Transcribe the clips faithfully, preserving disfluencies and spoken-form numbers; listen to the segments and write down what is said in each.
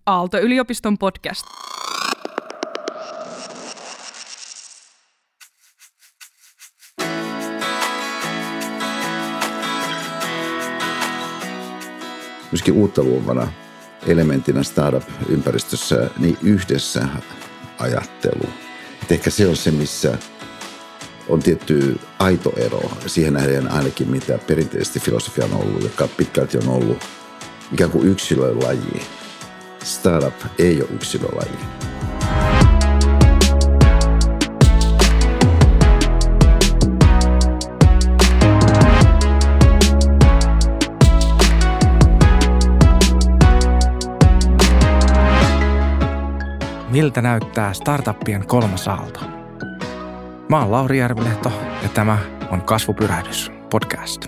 Aalto-yliopiston podcast. Myöskin uutta luovana elementtinä startup-ympäristössä niin yhdessä ajattelu. Et ehkä se on se, missä on tietty aito ero siihen nähden ainakin, mitä perinteisesti filosofia on ollut, joka pitkälti on ollut ikään kuin yksilölaji. Startup ei ole yksilölaji. Miltä näyttää startuppien kolmas aalto? Mä oon Lauri Järvilehto ja tämä on Kasvupyrähdys podcast.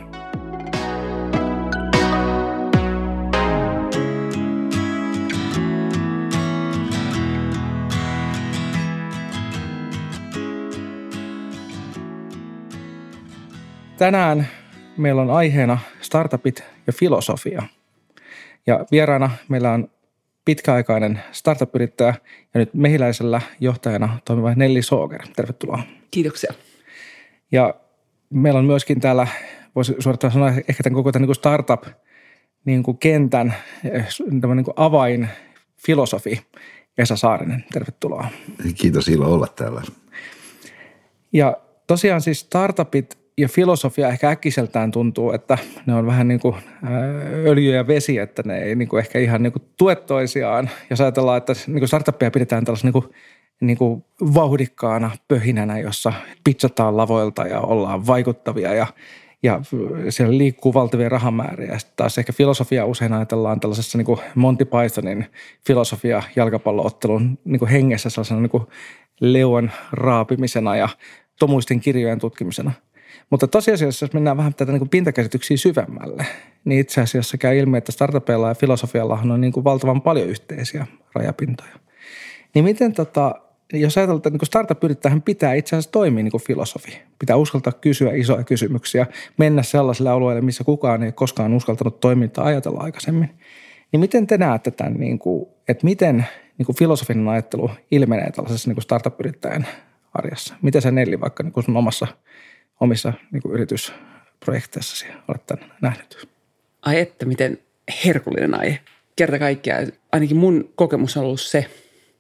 Tänään meillä on aiheena startupit ja filosofia. Ja vieraana meillä on pitkäaikainen startup-yrittäjä ja nyt Mehiläisellä johtajana toimiva Nelli Soger. Tervetuloa. Kiitoksia. Ja meillä on myöskin täällä, voisi suorastaan sanoa, ehkä tämän koko tämän niin startup-kentän niin niin avainfilosofi Esa Saarinen. Tervetuloa. Kiitos, ilo olla täällä. Ja tosiaan siis startupit ja filosofia ehkä äkkiseltään tuntuu, että ne on vähän niin kuin öljy ja vesi, että ne ei niin kuin ehkä ihan niin kuin tue toisiaan. Jos ajatellaan, että niin kuin startupia pidetään tällaisen niin kuin, niin kuin vauhdikkaana pöhinänä, jossa pitchataan lavoilta ja ollaan vaikuttavia ja, ja siellä liikkuu valtavia rahamääriä. Sitten taas ehkä filosofia usein ajatellaan tällaisessa niin kuin Monty Pythonin filosofia jalkapalloottelun niin kuin hengessä sellaisena niin kuin leuan raapimisena ja tomuisten kirjojen tutkimisena. Mutta tosiasiassa, jos mennään vähän tätä niin kuin pintakäsityksiä syvemmälle, niin itse asiassa käy ilmi, että startupeilla ja filosofialla on niin kuin valtavan paljon yhteisiä rajapintoja. Niin miten, tota, jos ajatellaan, että niin startup-yrittäjähän pitää itse asiassa toimia niin kuin filosofi. Pitää uskaltaa kysyä isoja kysymyksiä, mennä sellaisille alueille, missä kukaan ei koskaan uskaltanut toimintaa ajatella aikaisemmin. Niin miten te näette tämän, niin kuin, että miten niin kuin filosofinen ajattelu ilmenee tällaisessa niin kuin startup-yrittäjän arjessa? Miten sä Nelli vaikka niin kuin sun omassa omissa niin kuin yritysprojekteissasi olet tämän nähnyt? Ai että, miten herkullinen aihe. Kerta kaikkiaan, ainakin mun kokemus on ollut se,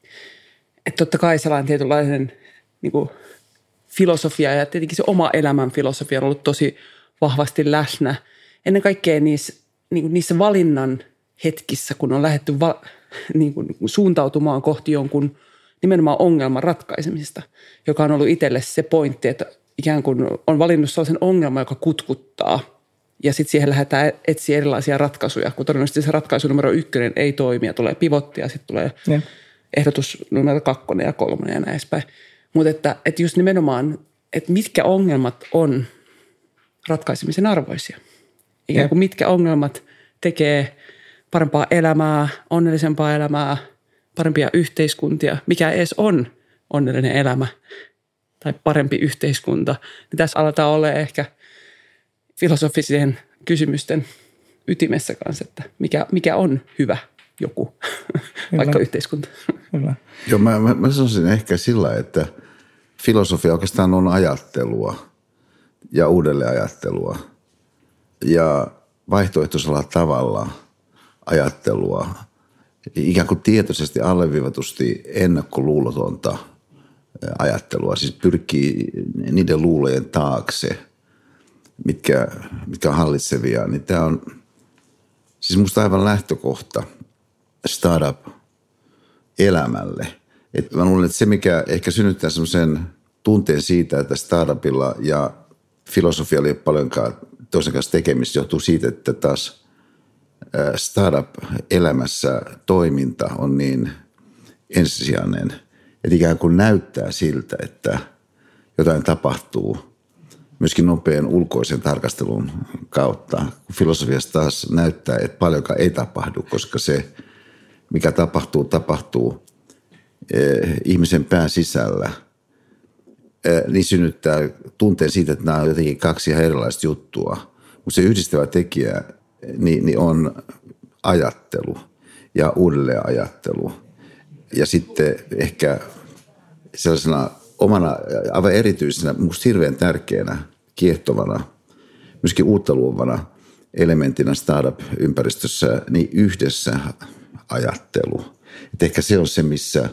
että totta kai sellainen tietynlainen niin kuin filosofia ja tietenkin se oma elämän filosofia on ollut tosi vahvasti läsnä. Ennen kaikkea niissä, niin kuin niissä valinnan hetkissä, kun on lähdetty va, niin kuin suuntautumaan kohti jonkun nimenomaan ongelman ratkaisemisesta, joka on ollut itselle se pointti, että ikään kuin on valinnut sellaisen ongelman, joka kutkuttaa ja sitten siihen lähdetään etsiä erilaisia ratkaisuja, kun todennäköisesti se ratkaisu numero ykkönen ei toimi ja tulee pivotti ja sitten tulee ja. ehdotus numero kakkonen ja kolmonen ja näin edespäin. Mutta että, että just nimenomaan, että mitkä ongelmat on ratkaisemisen arvoisia. Ikään kuin mitkä ongelmat tekee parempaa elämää, onnellisempaa elämää, parempia yhteiskuntia, mikä edes on onnellinen elämä tai parempi yhteiskunta, niin tässä aletaan olla ehkä filosofisien kysymysten ytimessä kanssa, että mikä, mikä on hyvä joku, vaikka yhteiskunta. Kyllä. Joo, mä, mä, mä sanoisin ehkä sillä, että filosofia oikeastaan on ajattelua ja uudelleenajattelua ja vaihtoehtoisella tavalla ajattelua, ikään kuin tietoisesti alleviivatusti ennakkoluulotonta ajattelua, siis pyrkii niiden luulojen taakse, mitkä, mitkä on hallitsevia, niin tämä on siis musta aivan lähtökohta startup-elämälle. Et mä luulen, että se mikä ehkä synnyttää semmoisen tunteen siitä, että startupilla ja filosofialla ei ole paljonkaan toisen kanssa tekemistä, johtuu siitä, että taas startup-elämässä toiminta on niin ensisijainen, että ikään kuin näyttää siltä, että jotain tapahtuu myöskin nopean ulkoisen tarkastelun kautta. Filosofiassa taas näyttää, että paljonkaan ei tapahdu, koska se, mikä tapahtuu, tapahtuu eh, ihmisen pään sisällä. Eh, niin synnyttää tunteen siitä, että nämä on jotenkin kaksi ihan erilaista juttua. Mutta se yhdistävä tekijä niin, niin on ajattelu. ja uudelleenajattelu. Ja sitten ehkä sellaisena omana, aivan erityisenä, musta hirveän tärkeänä, kiehtovana, myöskin uutta luovana elementtinä startup-ympäristössä, niin yhdessä ajattelu. Et ehkä se on se, missä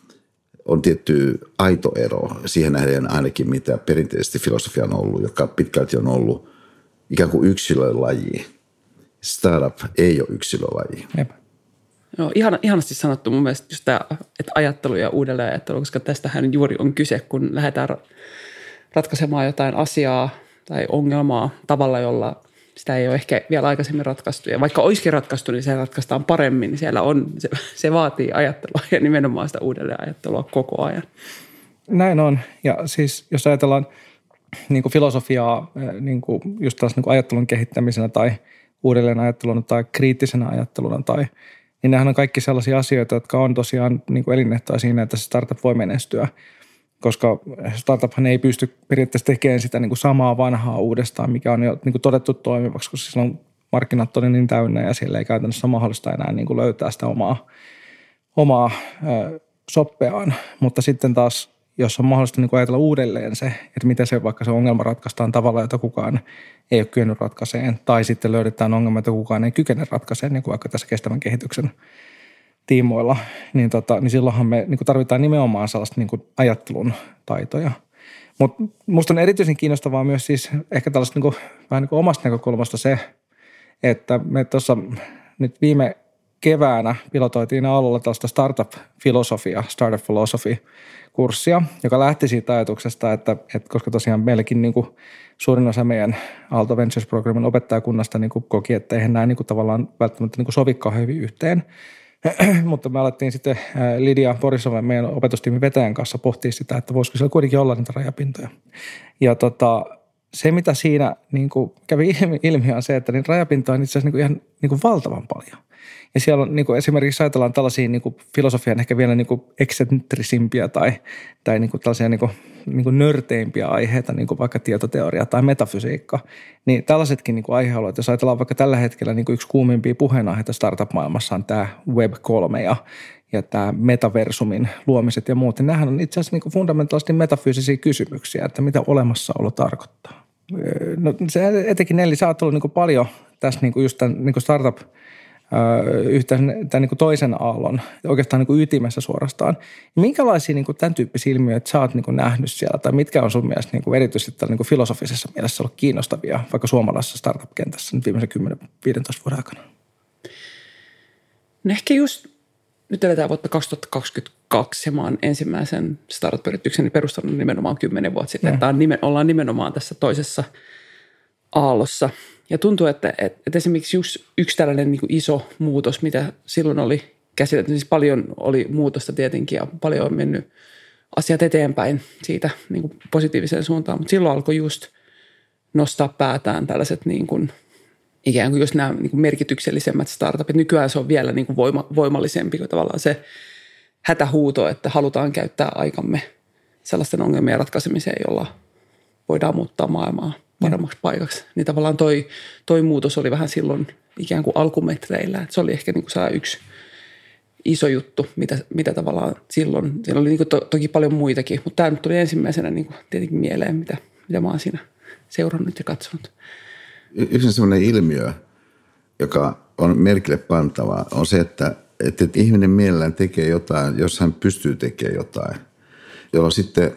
on tietty aito ero siihen nähden ainakin, mitä perinteisesti filosofia on ollut, joka pitkälti on ollut ikään kuin yksilölaji. Startup ei ole yksilölaji. Jep. No, ihan, ihanasti sanottu mun mielestä just tämä, että ajattelu ja uudelleenajattelu, koska tästähän juuri on kyse, kun lähdetään ratkaisemaan jotain asiaa tai ongelmaa tavalla, jolla sitä ei ole ehkä vielä aikaisemmin ratkaistu. Ja vaikka olisikin ratkaistu, niin se ratkaistaan paremmin. Siellä on, se, se vaatii ajattelua ja nimenomaan sitä uudelleenajattelua koko ajan. Näin on. Ja siis jos ajatellaan niin kuin filosofiaa niin kuin just taas niin kuin ajattelun kehittämisenä tai uudelleenajatteluna tai kriittisenä ajatteluna tai niin nehän on kaikki sellaisia asioita, jotka on tosiaan niin kuin elinehtoja siinä, että se startup voi menestyä, koska startuphan ei pysty periaatteessa tekemään sitä niin kuin samaa vanhaa uudestaan, mikä on jo niin kuin todettu toimivaksi, koska silloin markkinat on niin täynnä ja siellä ei käytännössä mahdollista enää niin kuin löytää sitä omaa, omaa ö, soppeaan. Mutta sitten taas, jos on mahdollista niin kuin ajatella uudelleen se, että miten se vaikka se ongelma ratkaistaan tavalla, jota kukaan ei ole kyennyt ratkaiseen, tai sitten löydetään ongelma, jota kukaan ei kykene ratkaiseen, niin kuin vaikka tässä kestävän kehityksen tiimoilla, niin, tota, niin silloinhan me niin kuin tarvitaan nimenomaan sellaista niin kuin ajattelun taitoja. Mutta musta on erityisen kiinnostavaa myös siis ehkä tällaista niin kuin, vähän niin kuin omasta näkökulmasta se, että me tuossa nyt viime keväänä pilotoitiin alulla tällaista startup-filosofia, startup philosophy-kurssia, joka lähti siitä ajatuksesta, että, että koska tosiaan meilläkin niin kuin suurin osa meidän Aalto Ventures-programmin opettajakunnasta niin kuin koki, että eihän nämä niin kuin tavallaan välttämättä niin kuin sovi kauhean hyvin yhteen. Mutta me alettiin sitten Lidia Borisova, meidän opetustiimin vetäjän kanssa pohtia sitä, että voisiko siellä kuitenkin olla niitä rajapintoja. Ja tota, se, mitä siinä niin kuin kävi ilmi, ilmi, on se, että niin rajapintoja on itse asiassa niin kuin ihan niin kuin valtavan paljon. Ja siellä on niin kuin esimerkiksi ajatellaan tällaisia niin kuin filosofian ehkä vielä niin kuin eksentrisimpiä tai, tai niin kuin tällaisia niin kuin, niin kuin nörteimpiä aiheita, niin kuin vaikka tietoteoria tai metafysiikka. Niin tällaisetkin niin kuin aihealueet, jos ajatellaan vaikka tällä hetkellä niin kuin yksi kuumimpia puheenaiheita startup-maailmassa on tämä web kolme ja, ja tämä metaversumin luomiset ja muut. Niin nämähän on itse asiassa niin kuin fundamentaalisesti metafyysisiä kysymyksiä, että mitä olemassaolo tarkoittaa. No se etenkin Nelli, sä oot ollut niin kuin paljon tässä niin kuin just tämän niin kuin startup yhteen, tämän niin kuin toisen aallon, oikeastaan niin kuin ytimessä suorastaan. Minkälaisia niin kuin tämän tyyppisiä ilmiöitä sä oot niin kuin nähnyt siellä, tai mitkä on sun mielestä niin kuin erityisesti tällä niin kuin filosofisessa mielessä ollut kiinnostavia, vaikka suomalaisessa startup-kentässä nyt viimeisen kymmenen viisitoista vuoden aikana? No ehkä just, nyt eletään vuotta kaksituhattakaksikymmentäkaksi, ja mä oon ensimmäisen startup-yritykseni perustanut nimenomaan kymmenen vuotta sitten, että nimen, ollaan nimenomaan tässä toisessa aallossa. Ja tuntuu, että, että esimerkiksi just yksi tällainen niin kuin iso muutos, mitä silloin oli käsitelty, siis paljon oli muutosta tietenkin ja paljon on mennyt asiat eteenpäin siitä niin kuin positiiviseen suuntaan, mutta silloin alkoi just nostaa päätään tällaiset niin kuin, ikään kuin just nämä niin kuin merkityksellisemmät startupit. Nykyään se on vielä niin kuin voima, voimallisempi kuin tavallaan se hätähuuto, että halutaan käyttää aikamme sellaisten ongelmien ratkaisemiseen, jolla voidaan muuttaa maailmaa paremmaksi paikaksi. Niin tavallaan toi, toi muutos oli vähän silloin ikään kuin alkumetreillä. Et se oli ehkä niin kuin yksi iso juttu, mitä, mitä tavallaan silloin, siellä oli niin kuin to, toki paljon muitakin, mutta tämä nyt tuli ensimmäisenä niin kuin tietenkin mieleen, mitä, mitä mä oon siinä seurannut ja katsonut. Yksi sellainen ilmiö, joka on merkille pantavaa, on se, että, että ihminen mielellään tekee jotain, jos hän pystyy tekemään jotain, jolloin sitten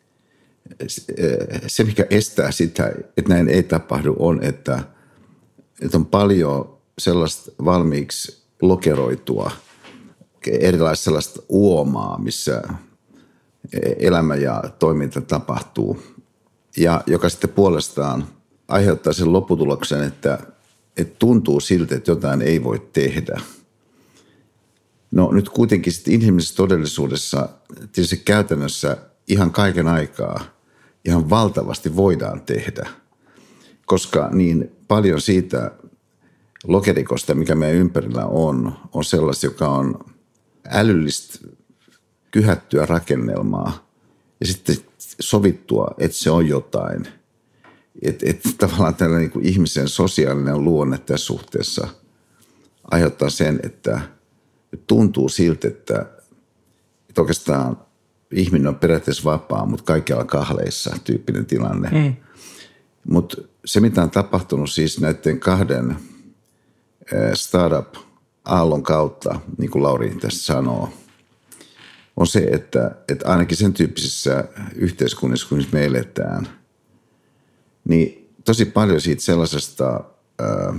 se, mikä estää sitä, että näin ei tapahdu, on, että, että on paljon sellaista valmiiksi lokeroitua, erilaista sellaista uomaa, missä elämä ja toiminta tapahtuu, ja joka sitten puolestaan aiheuttaa sen lopputuloksen, että, että tuntuu siltä, että jotain ei voi tehdä. No nyt kuitenkin sitten inhimillisessä todellisuudessa tietysti käytännössä ihan kaiken aikaa ihan valtavasti voidaan tehdä, koska niin paljon siitä lokerikosta, mikä meidän ympärillä on, on sellaista, joka on älyllistä kyhättyä rakennelmaa ja sitten sovittua, että se on jotain. Että et tavallaan tällainen niin kuin ihmisen sosiaalinen luonne tässä suhteessa aiheuttaa sen, että tuntuu siltä, että, että oikeastaan ihminen on periaatteessa vapaa, mutta kaikkialla kahleissa tyyppinen tilanne. Mm. Mutta se, mitä on tapahtunut siis näiden kahden startup-aallon kautta, niin kuin Lauri tässä sanoo, on se, että, että ainakin sen tyyppisissä yhteiskunnissa, kun me eletään, niin tosi paljon siitä sellaisesta ää, ää,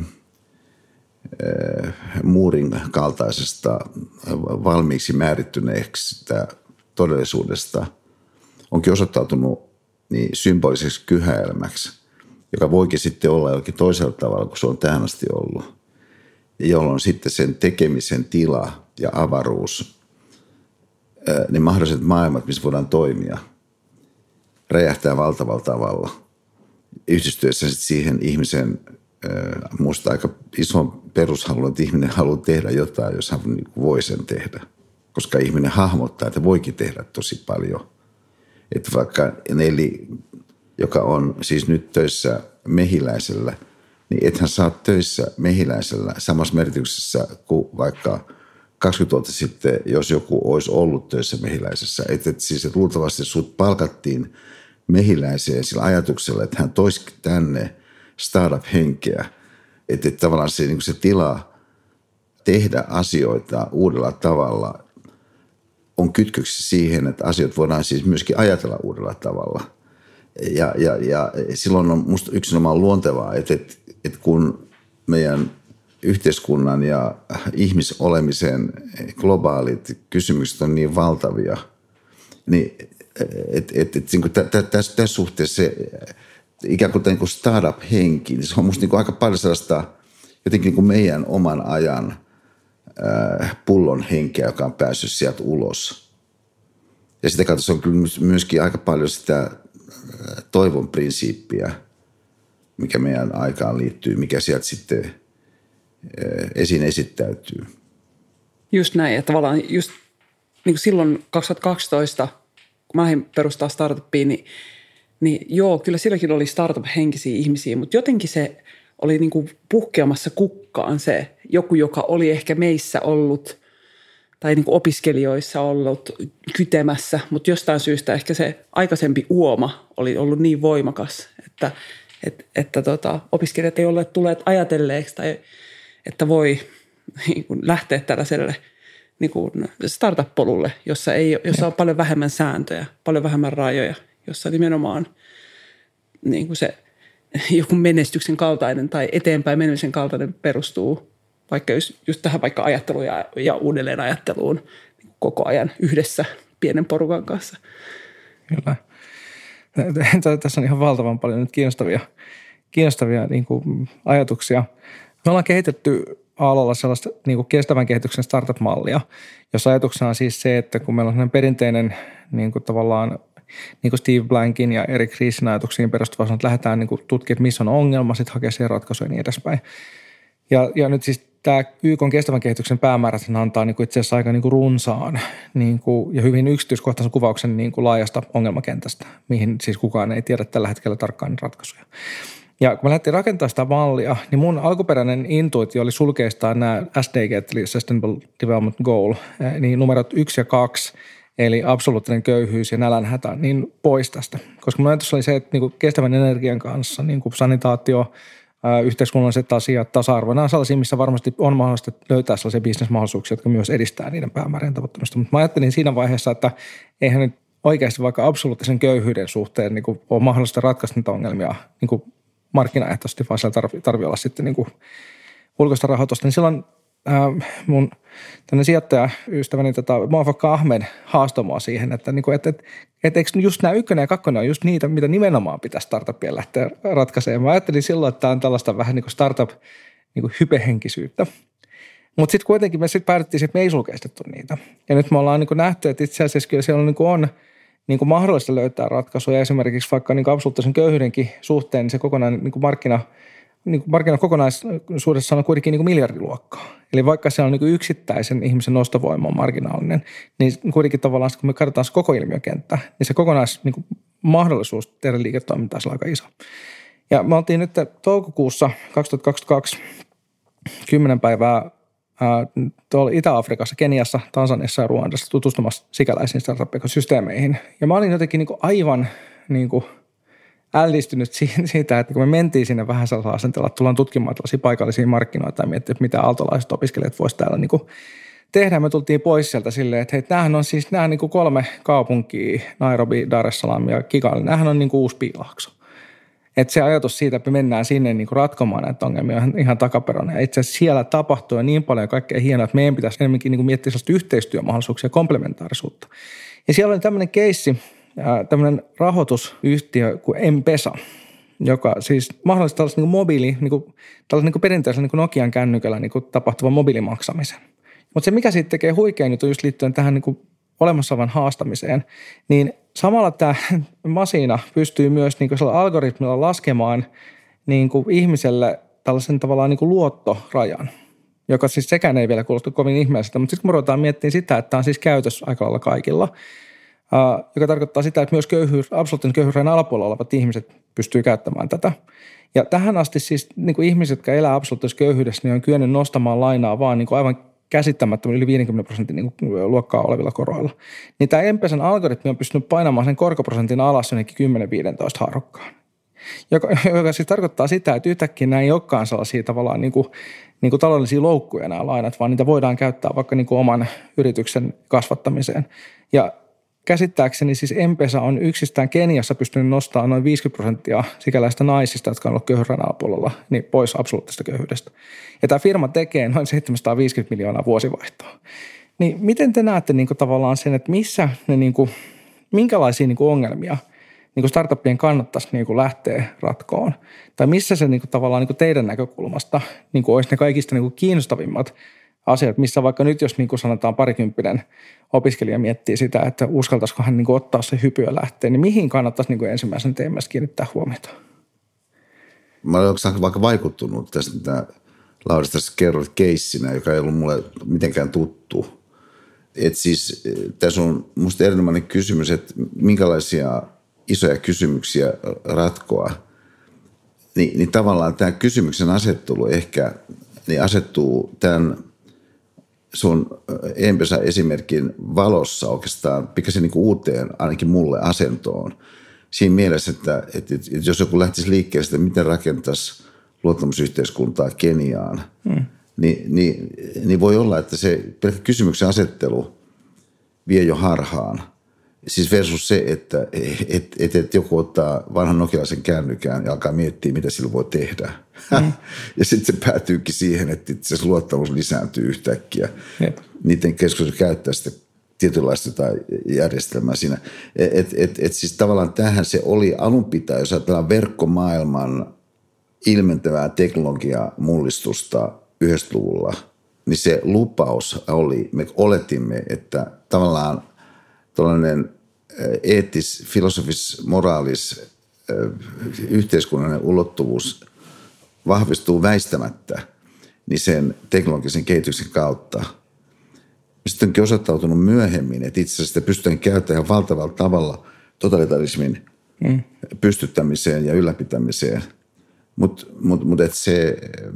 muurin kaltaisesta valmiiksi määrittyneeksi todellisuudesta onkin osoittautunut niin symboliseksi kyhäelmäksi, joka voikin sitten olla jokin toisella tavalla kuin se on tähän asti ollut, jolloin sitten sen tekemisen tila ja avaruus, ne mahdolliset maailmat, missä voidaan toimia, räjähtää valtavalla tavalla. Yhdistyessä sitten siihen ihmisen, musta aika iso perushalu, että ihminen haluaa tehdä jotain, jos hän voi sen tehdä. Koska ihminen hahmottaa, että voikin tehdä tosi paljon. Että vaikka Neli, joka on siis nyt töissä Mehiläisellä, niin ethän sä oot töissä Mehiläisellä samassa merkityksessä kuin vaikka kaksikymmentä vuotta sitten, jos joku olisi ollut töissä Mehiläisessä. Että et siis et luultavasti sut palkattiin Mehiläiseen sillä ajatuksella, että hän toisi tänne startup-henkeä. Että et tavallaan se, niin se tila tehdä asioita uudella tavalla on kytköksi siihen, että asiat voidaan siis myöskin ajatella uudella tavalla. Ja, ja, ja silloin on musta yksinomaan luontevaa, että, että, että kun meidän yhteiskunnan ja ihmisolemisen globaalit kysymykset on niin valtavia, niin että et, et, et, tässä, tässä suhteessa se ikään kuin, niin kuin startup-henki, niin se on musta niin kuin aika paljon sellaista jotenkin niin kuin meidän oman ajan pullon henkeä, joka on päässyt sieltä ulos. Ja sitä kautta se on kyllä myöskin aika paljon sitä toivon prinsiippiä, mikä meidän aikaan liittyy, mikä sieltä sitten esiin esittäytyy. Just näin, että tavallaan just niin kuin silloin kaksituhattakaksitoista, kun mä lähdin perustaa startupia, niin, niin joo, kyllä silläkin oli startup-henkisiä ihmisiä, mutta jotenkin se oli niin kuin puhkeamassa kukkaan se joku, joka oli ehkä meissä ollut tai niin kuin opiskelijoissa ollut kytemässä, mutta jostain syystä ehkä se aikaisempi uoma oli ollut niin voimakas, että, että, että tota, opiskelijat ei ole tulleet ajatelleeksi tai että voi niin kuin lähteä tällaiselle niin kuin startup-polulle, jossa, ei, jossa on paljon vähemmän sääntöjä, paljon vähemmän rajoja, jossa nimenomaan niin kuin se joku menestyksen kaltainen tai eteenpäin menemisen kaltainen perustuu vaikka just, just tähän vaikka ajatteluun ja, ja uudelleen ajatteluun koko ajan yhdessä pienen porukan kanssa. Kyllä. Tässä on ihan valtavan paljon nyt kiinnostavia, kiinnostavia niin kuin ajatuksia. Me ollaan kehitetty Aallolla sellaista niin kuin kestävän kehityksen startup-mallia, jossa ajatuksena on siis se, että kun meillä on sellainen perinteinen niin kuin tavallaan niin kuin Steve Blankin ja Eric Riesin ajatuksiin perustuva, että lähdetään niin kuin tutkimaan, missä on ongelma, sitten hakea siihen ratkaisuja ja niin edespäin. Ja, ja nyt siis tämä Y K:n kestävän kehityksen päämäärät antaa niin kuin itse asiassa aika niin kuin runsaan niin kuin, ja hyvin yksityiskohtaisen kuvauksen niin kuin laajasta ongelmakentästä, mihin siis kukaan ei tiedä tällä hetkellä tarkkaan ratkaisuja. Ja kun me lähdettiin rakentamaan sitä mallia, niin mun alkuperäinen intuitio oli sulkeistaa nämä S D G, eli Sustainable Development Goal, niin numerot yksi ja kaksi, eli absoluuttinen köyhyys ja nälänhätä, niin pois tästä. Koska mun ajatus oli se, että niin kuin kestävän energian kanssa, niin kuin sanitaatio, yhteiskunnalliset asiat, tasa-arvo, nämä on sellaisia, missä varmasti on mahdollista löytää sellaisia bisnesmahdollisuuksia, jotka myös edistää niiden päämäärien tavoittamista. Mutta mä ajattelin siinä vaiheessa, että eihän nyt oikeasti vaikka absoluuttisen köyhyyden suhteen niin kuin ole mahdollista ratkaista niitä ongelmia niin kuin markkinaehtoisesti, vaan siellä tarvii, tarvii olla sitten niin kuin ulkoista rahoitusta. Niin silloin äh, mun tämmöinen sijoittajaystäväni tota, Muafak Ahmed haastoi mua siihen, että, niin kuin, että, että, että eikö just nämä ykkönen ja kakkonen on just niitä, mitä nimenomaan pitäisi startupien lähteä ratkaisemaan. Mä ajattelin silloin, että tämä on tällaista vähän niin kuin startup niin kuin hypehenkisyyttä. Mutta sitten kuitenkin me sitten päädyttiin, että me ei sulkeistettu niitä. Ja nyt me ollaan niin kuin nähty, että itse asiassa kyllä siellä on, niin kuin on niin kuin mahdollista löytää ratkaisuja. Esimerkiksi vaikka niin kuin absoluuttisen köyhyydenkin suhteen, niin se kokonaan niin kuin markkina, niin kuin markkinakokonaisuudessa on kuitenkin niin kuin miljardiluokkaa. Eli vaikka se on niin kuin yksittäisen ihmisen ostovoima on marginaalinen, niin kuitenkin tavallaan kun me katsotaan se koko ilmiökenttä, niin se kokonais niin kuin mahdollisuus tehdä liiketoimintaa on aika iso. Ja me oltiin nyt toukokuussa kaksituhattakaksikymmentäkaksi kymmenen päivää äh, tuolla Itä-Afrikassa, Keniassa, Tansaniassa ja Ruandassa tutustumassa sikäläisiin startup-ekosysteemeihin. Ja mä olin jotenkin niin kuin aivan niin kuin ällistynyt siitä, että kun me mentiin sinne vähän sellaisella asenteella, että tullaan tutkimaan tällaisia paikallisia markkinoita ja miettiä, että mitä aaltolaiset opiskelijat voisivat täällä niin kuin tehdä. Me tultiin pois sieltä silleen, että hei, nämähän on siis nämä niin kuin kolme kaupunkia, Nairobi, Dar es Salaam ja Kigali, nämähän on niin kuin uusi Piilaakso. Että se ajatus siitä, että me mennään sinne niin kuin ratkomaan näitä ongelmia on ihan takaperäinen. Ja itse asiassa siellä tapahtuu jo niin paljon kaikkea hienoa, että meidän pitäisi enemmänkin niin kuin miettiä sellaista yhteistyömahdollisuuksia ja komplementaarisuutta. Ja siellä oli tämmöinen keissi, tämmöinen rahoitusyhtiö kuin M-Pesa, joka siis mahdollistaa tällaisen niin kuin mobiili, niin kuin, tällaisen niin kuin perinteisellä niin kuin Nokian kännykällä niin kuin tapahtuvan mobiilimaksamisen. Mutta se, mikä siitä tekee huikein nyt just liittyen tähän niin kuin olemassa olevan haastamiseen, niin samalla tämä masina pystyy myös niin kuin algoritmilla laskemaan niin kuin ihmiselle tällaisen tavallaan niin kuin luottorajan, joka siis sekään ei vielä kuulostu kovin ihmeelliseltä, mutta sitten kun me ruvetaan miettimään sitä, että tämä on siis käytössä aika lailla kaikilla, uh, joka tarkoittaa sitä, että myös köyhyys, absoluuttisen köyhyysrajan alapuolella olevat ihmiset pystyy käyttämään tätä. Ja tähän asti siis niin kuin ihmiset, jotka elää absoluuttisessa köyhyydessä, niin on kyennyt nostamaan lainaa vaan niin kuin aivan käsittämättömän yli viidenkymmenen prosentin niin kuin luokkaa olevilla koroilla. Niin tämä M-Pesan algoritmi on pystynyt painamaan sen korkoprosentin alas jonnekin kymmenen viisitoista haarukkaan. Joka, joka siis tarkoittaa sitä, että yhtäkkiä nämä ei olekaan sellaisia tavallaan niin kuin, niin kuin taloudellisia loukkuja nämä lainat, vaan niitä voidaan käyttää vaikka niin kuin oman yrityksen kasvattamiseen. Ja käsittääkseni siis M-Pesa on yksistään Keniassa pystynyt nostamaan noin viisikymmentä prosenttia sikäläistä naisista, jotka on ollut köyhyyden alapuolella, niin pois absoluuttisesta köyhyydestä. Ja tämä firma tekee noin seitsemänsataaviisikymmentä miljoonaa vuosivaihtoa. Niin miten te näette niin kuin tavallaan sen, että missä ne niin kuin, minkälaisia niin kuin ongelmia niin kuin startuppien kannattaisi niin kuin lähteä ratkoon? Tai missä se niin kuin tavallaan niin kuin teidän näkökulmasta niin kuin olisi ne kaikista niin kuin kiinnostavimmat asiat, missä vaikka nyt, jos niin kuin sanotaan parikymppinen opiskelija miettii sitä, että uskaltaisiko hän niin kuin ottaa se hypy ja lähteä, niin mihin kannattaisi niin kuin ensimmäisen teemässä kiinnittää huomiota? Mä olen vaikka vaikuttunut tästä, mitä Lauri tässä kerroit keissinä, joka ei ollut mulle mitenkään tuttu. Että siis tässä on musta erinomainen kysymys, että minkälaisia isoja kysymyksiä ratkoa, niin, niin tavallaan tämä kysymyksen asettelu ehkä niin asettuu tämän sun M-Pesa-esimerkin valossa oikeastaan pikkasen niin kuin uuteen, ainakin mulle, asentoon. Siinä mielessä, että, että, että jos joku lähtisi liikkeelle sitä, miten rakentaisi luottamusyhteiskuntaa Keniaan, hmm. niin, niin, niin voi olla, että se pelkkä kysymyksen asettelu vie jo harhaan. Siis versus se, että et, et, et joku ottaa vanhan nokialaisen kännykään ja alkaa miettiä, mitä sillä voi tehdä. Mm. Ja sitten se päätyykin siihen, että se luottamus lisääntyy yhtäkkiä. Jep. Niiden keskustelu käyttää sitä tietynlaista tai järjestelmää siinä. Et, et, et siis tavallaan tähän se oli alun pitäen, jos ajatellaan verkkomaailman ilmentävää teknologiaa mullistusta yhdeksänkymmentäluvulla, niin se lupaus oli, me oletimme, että tavallaan tällainen eettis, filosofis, moraalis, yhteiskunnallinen ulottuvuus vahvistuu väistämättä niin sen teknologisen kehityksen kautta. Sitten onkin osoittautunut myöhemmin, että itse asiassa sitä pystytään käyttämään valtavalla tavalla totalitarismin mm. pystyttämiseen ja ylläpitämiseen. Mutta mut, mut se,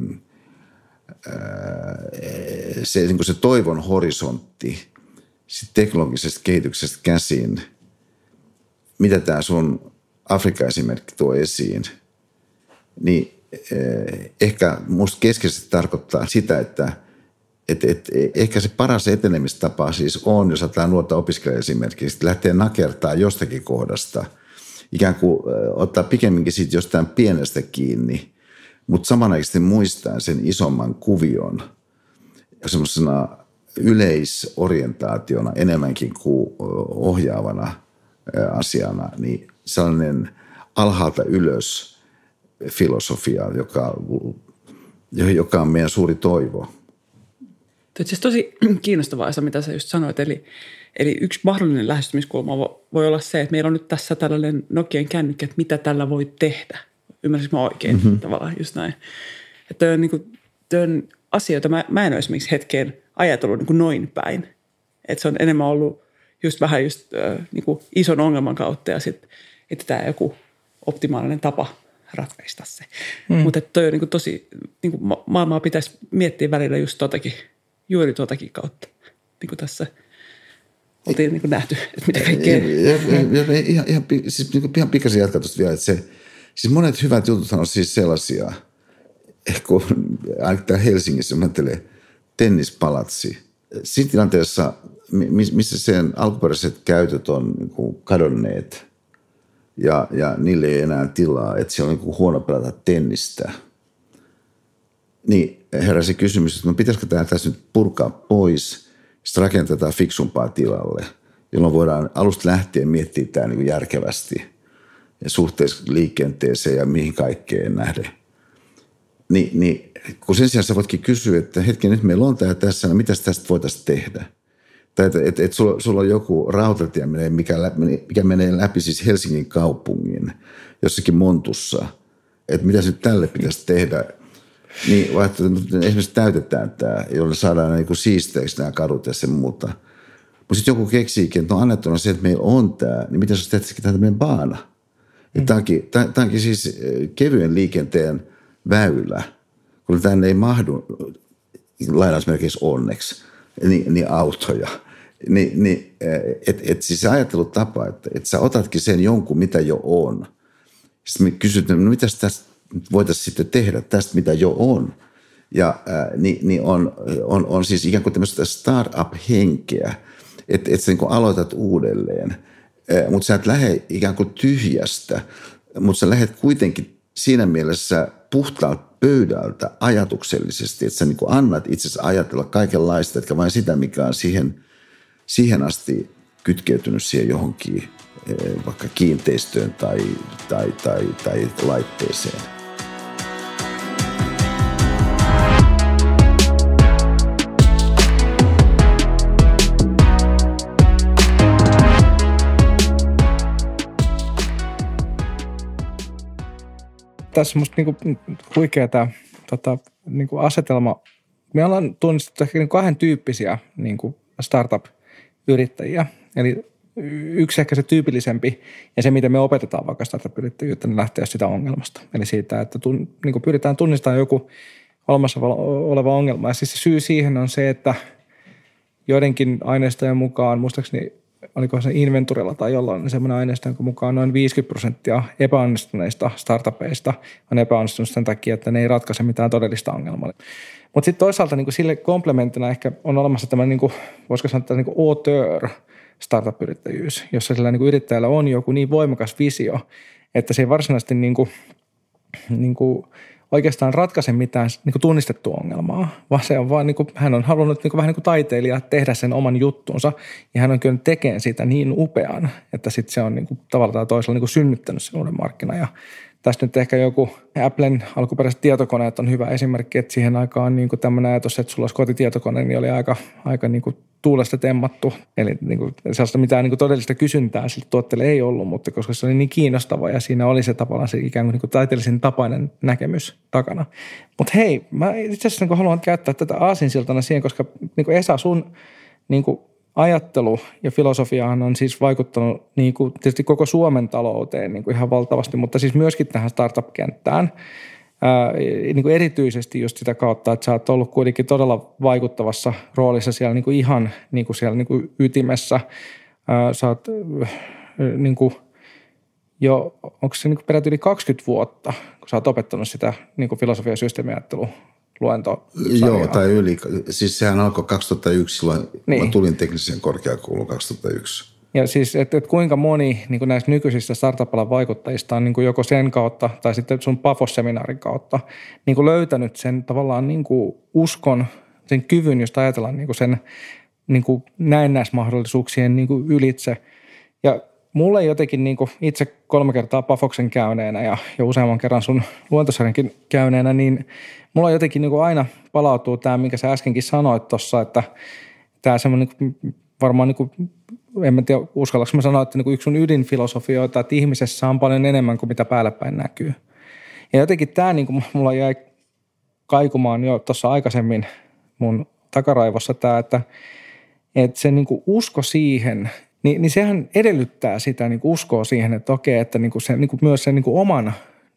se, niin se toivon horisontti sitten teknologisesta kehityksestä käsin, mitä tämä sun Afrikka-esimerkki tuo esiin, niin ehkä musta keskeisesti tarkoittaa sitä, että et, et, ehkä se paras etenemistapa siis on, jos ajatellaan nuorta opiskelija-esimerkiksi, että lähtee nakertaa jostakin kohdasta, ikään kuin ottaa pikemminkin siitä jostain pienestä kiinni, mutta samanaikaisesti muistaa sen isomman kuvion semmoisena yleisorientaationa enemmänkin kuin ohjaavana asiana, niin sellainen alhaalta ylös filosofia, joka, joka on meidän suuri toivo. Tämä on tosi kiinnostavaa, mitä sä just sanoit. Eli, eli yksi mahdollinen lähestymiskulma voi olla se, että meillä on nyt tässä tällainen Nokian kännykkä, että mitä tällä voi tehdä. Ymmärsinkö mä oikein mm-hmm. tavallaan just näin. Että toi on, niin kuin, toi on asioita, mä, mä en ole esimerkiksi hetkeen ajatellut niin kuin noin päin. Että se on enemmän ollut just vähän just äh, niin kuin ison ongelman kautta ja sitten etsitään joku optimaalinen tapa ratkaista se. Mm. Mutta toi on niin kuin tosi, niin kuin maailmaa pitäisi miettiä välillä just totakin juuri tuotakin kautta, niin kuin tässä oltiin niin kuin nähty, että mitä kaikkea. Ja, ja, ja, ja, ihan, ihan, siis, niin ihan pikaisen jatkaa tuosta vielä, että se, siis monet hyvät jutut on siis sellaisia, ehkä ainakin täällä Helsingissä, mä ajattelen tennispalatsi. Siinä tilanteessa, missä sen alkuperäiset käytöt on niin kuin kadonneet ja, ja niille ei enää tilaa, että se on niin kuin huono pelata tennistä, niin heräsi kysymys, että no pitäisikö tämä tässä nyt purkaa pois, sitten rakentetaan fiksumpaa tilalle, jolloin voidaan alusta lähtien miettiä tämä niin kuin järkevästi ja suhteessa liikenteeseen ja mihin kaikkeen nähden. Ni, niin kun sen sijaan sä voitkin kysyä, että hetken, nyt meillä on tämä tässä, no mitäs tästä voitaisiin tehdä? Tai että et, et sulla, sulla on joku rautatie, mikä, mikä menee läpi siis Helsingin kaupungin jossakin Montussa, että mitäs nyt tälle pitäisi tehdä? Niin vaikka esimerkiksi täytetään tämä, jolla saadaan niin kuin siisteeksi nämä kadut ja sen muuta. Mutta sitten joku keksiikin, että on annettuna se, että meillä on tämä, niin mitä jos tehtäisikin tämä tämmöinen baana? Mm. Tämä onkin, tämä onkin siis kevyen liikenteen väylä, kun tänne ei mahdu, lainausmerkeissä onneksi, niin, niin autoja. Ni, niin, että et siis se ajattelutapa, että et sä otatkin sen jonkun, mitä jo on. Sitten me kysytään, no mitäs tästä voitaisiin sitten tehdä tästä, mitä jo on. Ja ää, niin, niin on, on, on siis ikään kuin tämmöistä startup-henkeä, että et sä niin kuin aloitat uudelleen, ää, mutta sä et lähde ikään kuin tyhjästä, mutta sä lähdet kuitenkin siinä mielessä puhtaalta pöydältä ajatuksellisesti, että sä niin kuin annat itsesi ajatella kaikenlaista, etkä vain sitä, mikä on siihen, siihen asti kytkeytynyt siihen johonkin vaikka kiinteistöön tai, tai, tai, tai laitteeseen. Tässä on musta niinku huikea tämä tota, niinku asetelma. Me ollaan tunnistettu ehkä niinku kahden tyyppisiä niinku startup-yrittäjiä. Eli yksi ehkä se tyypillisempi ja se, mitä me opetetaan vaikka startup-yrittäjyyttä, niin lähtee sitä ongelmasta. Eli siitä, että tun, niin pyritään tunnistamaan joku olemassa oleva ongelma. Ja siis se syy siihen on se, että joidenkin aineistojen mukaan, muistaakseni oliko se Inventurilla tai jollain semmoinen aineisto, jonka mukaan noin viisikymmentä prosenttia epäonnistuneista startupeista on epäonnistunut sen takia, että ne ei ratkaise mitään todellista ongelmaa. Mutta sitten toisaalta niin sille komplementtina ehkä on olemassa tämä, niin kuin, voisiko sanoa, niin kuin auteur startup-yrittäjyys, jossa sillä niin kuin yrittäjällä on joku niin voimakas visio, että se ei varsinaisesti niin kuin, niin kuin oikeastaan ratkaise mitään niin kuin tunnistettua ongelmaa, vaan se on vaan, niin kuin, hän on halunnut niin kuin, vähän niin kuin taiteilija tehdä sen oman juttunsa, ja hän on kyllä tekemään sitä niin upean, että sitten se on niin kuin, tavalla tai toisella niin kuin synnyttänyt sen uuden markkinan. Ja tästä nyt ehkä joku Applen alkuperäiset tietokoneet on hyvä esimerkki, että siihen aikaan niin kuin tämmöinen ajatus, että sulla olisi kotitietokone, niin oli aika, aika niin kuin tuulesta temmattu. Eli niin kuin, sellaista mitään niin kuin todellista kysyntää sille tuotteelle ei ollut, mutta koska se oli niin kiinnostava ja siinä oli se tavallaan se ikään kuin, niin kuin taiteellisen tapainen näkemys takana. Mutta hei, mä itse asiassa niin kuin haluan käyttää tätä aasinsiltana siihen, koska niin kuin Esa, sun niin kuin ajattelu ja filosofiahan on siis vaikuttanut niin kuin tietysti koko Suomen talouteen niin kuin ihan valtavasti, mutta siis myöskin tähän startup-kenttään. Ää, niin kuin erityisesti just sitä kautta, että sä oot ollut kuitenkin todella vaikuttavassa roolissa siellä niin kuin ihan niin kuin siellä niin kuin ytimessä. Ää, sä oot niin kuin jo, onko se niin kuin peräti yli kaksikymmentä vuotta, kun sä oot opettanut sitä niin kuin filosofia- ja systeemiajattelua? Joo, tai yli. Siis sehän alkoi kaksituhattayksi, silloin niin. Mä tulin tekniseen korkeakouluun kaksituhattayksi. Ja siis, että et kuinka moni niin kuin näistä nykyisistä startup-alan vaikuttajista on niin kuin joko sen kautta tai sitten sun Pafos-seminaarin kautta niin kuin löytänyt sen tavallaan niin kuin uskon, sen kyvyn, josta ajatellaan niin kuin sen niin kuin näennäismahdollisuuksien niin kuin ylitse. Ja mulle jotenkin niin kuin itse kolme kertaa Pafoksen käyneenä ja, ja useamman kerran sun luentosarjankin käyneenä, niin mulla jotenkin niin kuin aina palautuu tämä, minkä sä äskenkin sanoit tuossa, että tämä semmoinen niin varmaan, niin kuin, en mä tiedä uskallanko mä sanoa, että niin kuin yksi sun ydinfilosofioita, että ihmisessä on paljon enemmän kuin mitä päällä päin näkyy. Ja jotenkin tämä niin kuin mulla jäi kaikumaan jo tuossa aikaisemmin mun takaraivossa tämä, että, että se niin kuin usko siihen, niin, niin sehän edellyttää sitä niin kuin uskoa siihen, että okei, että niin kuin se, niin kuin myös sen niin kuin oman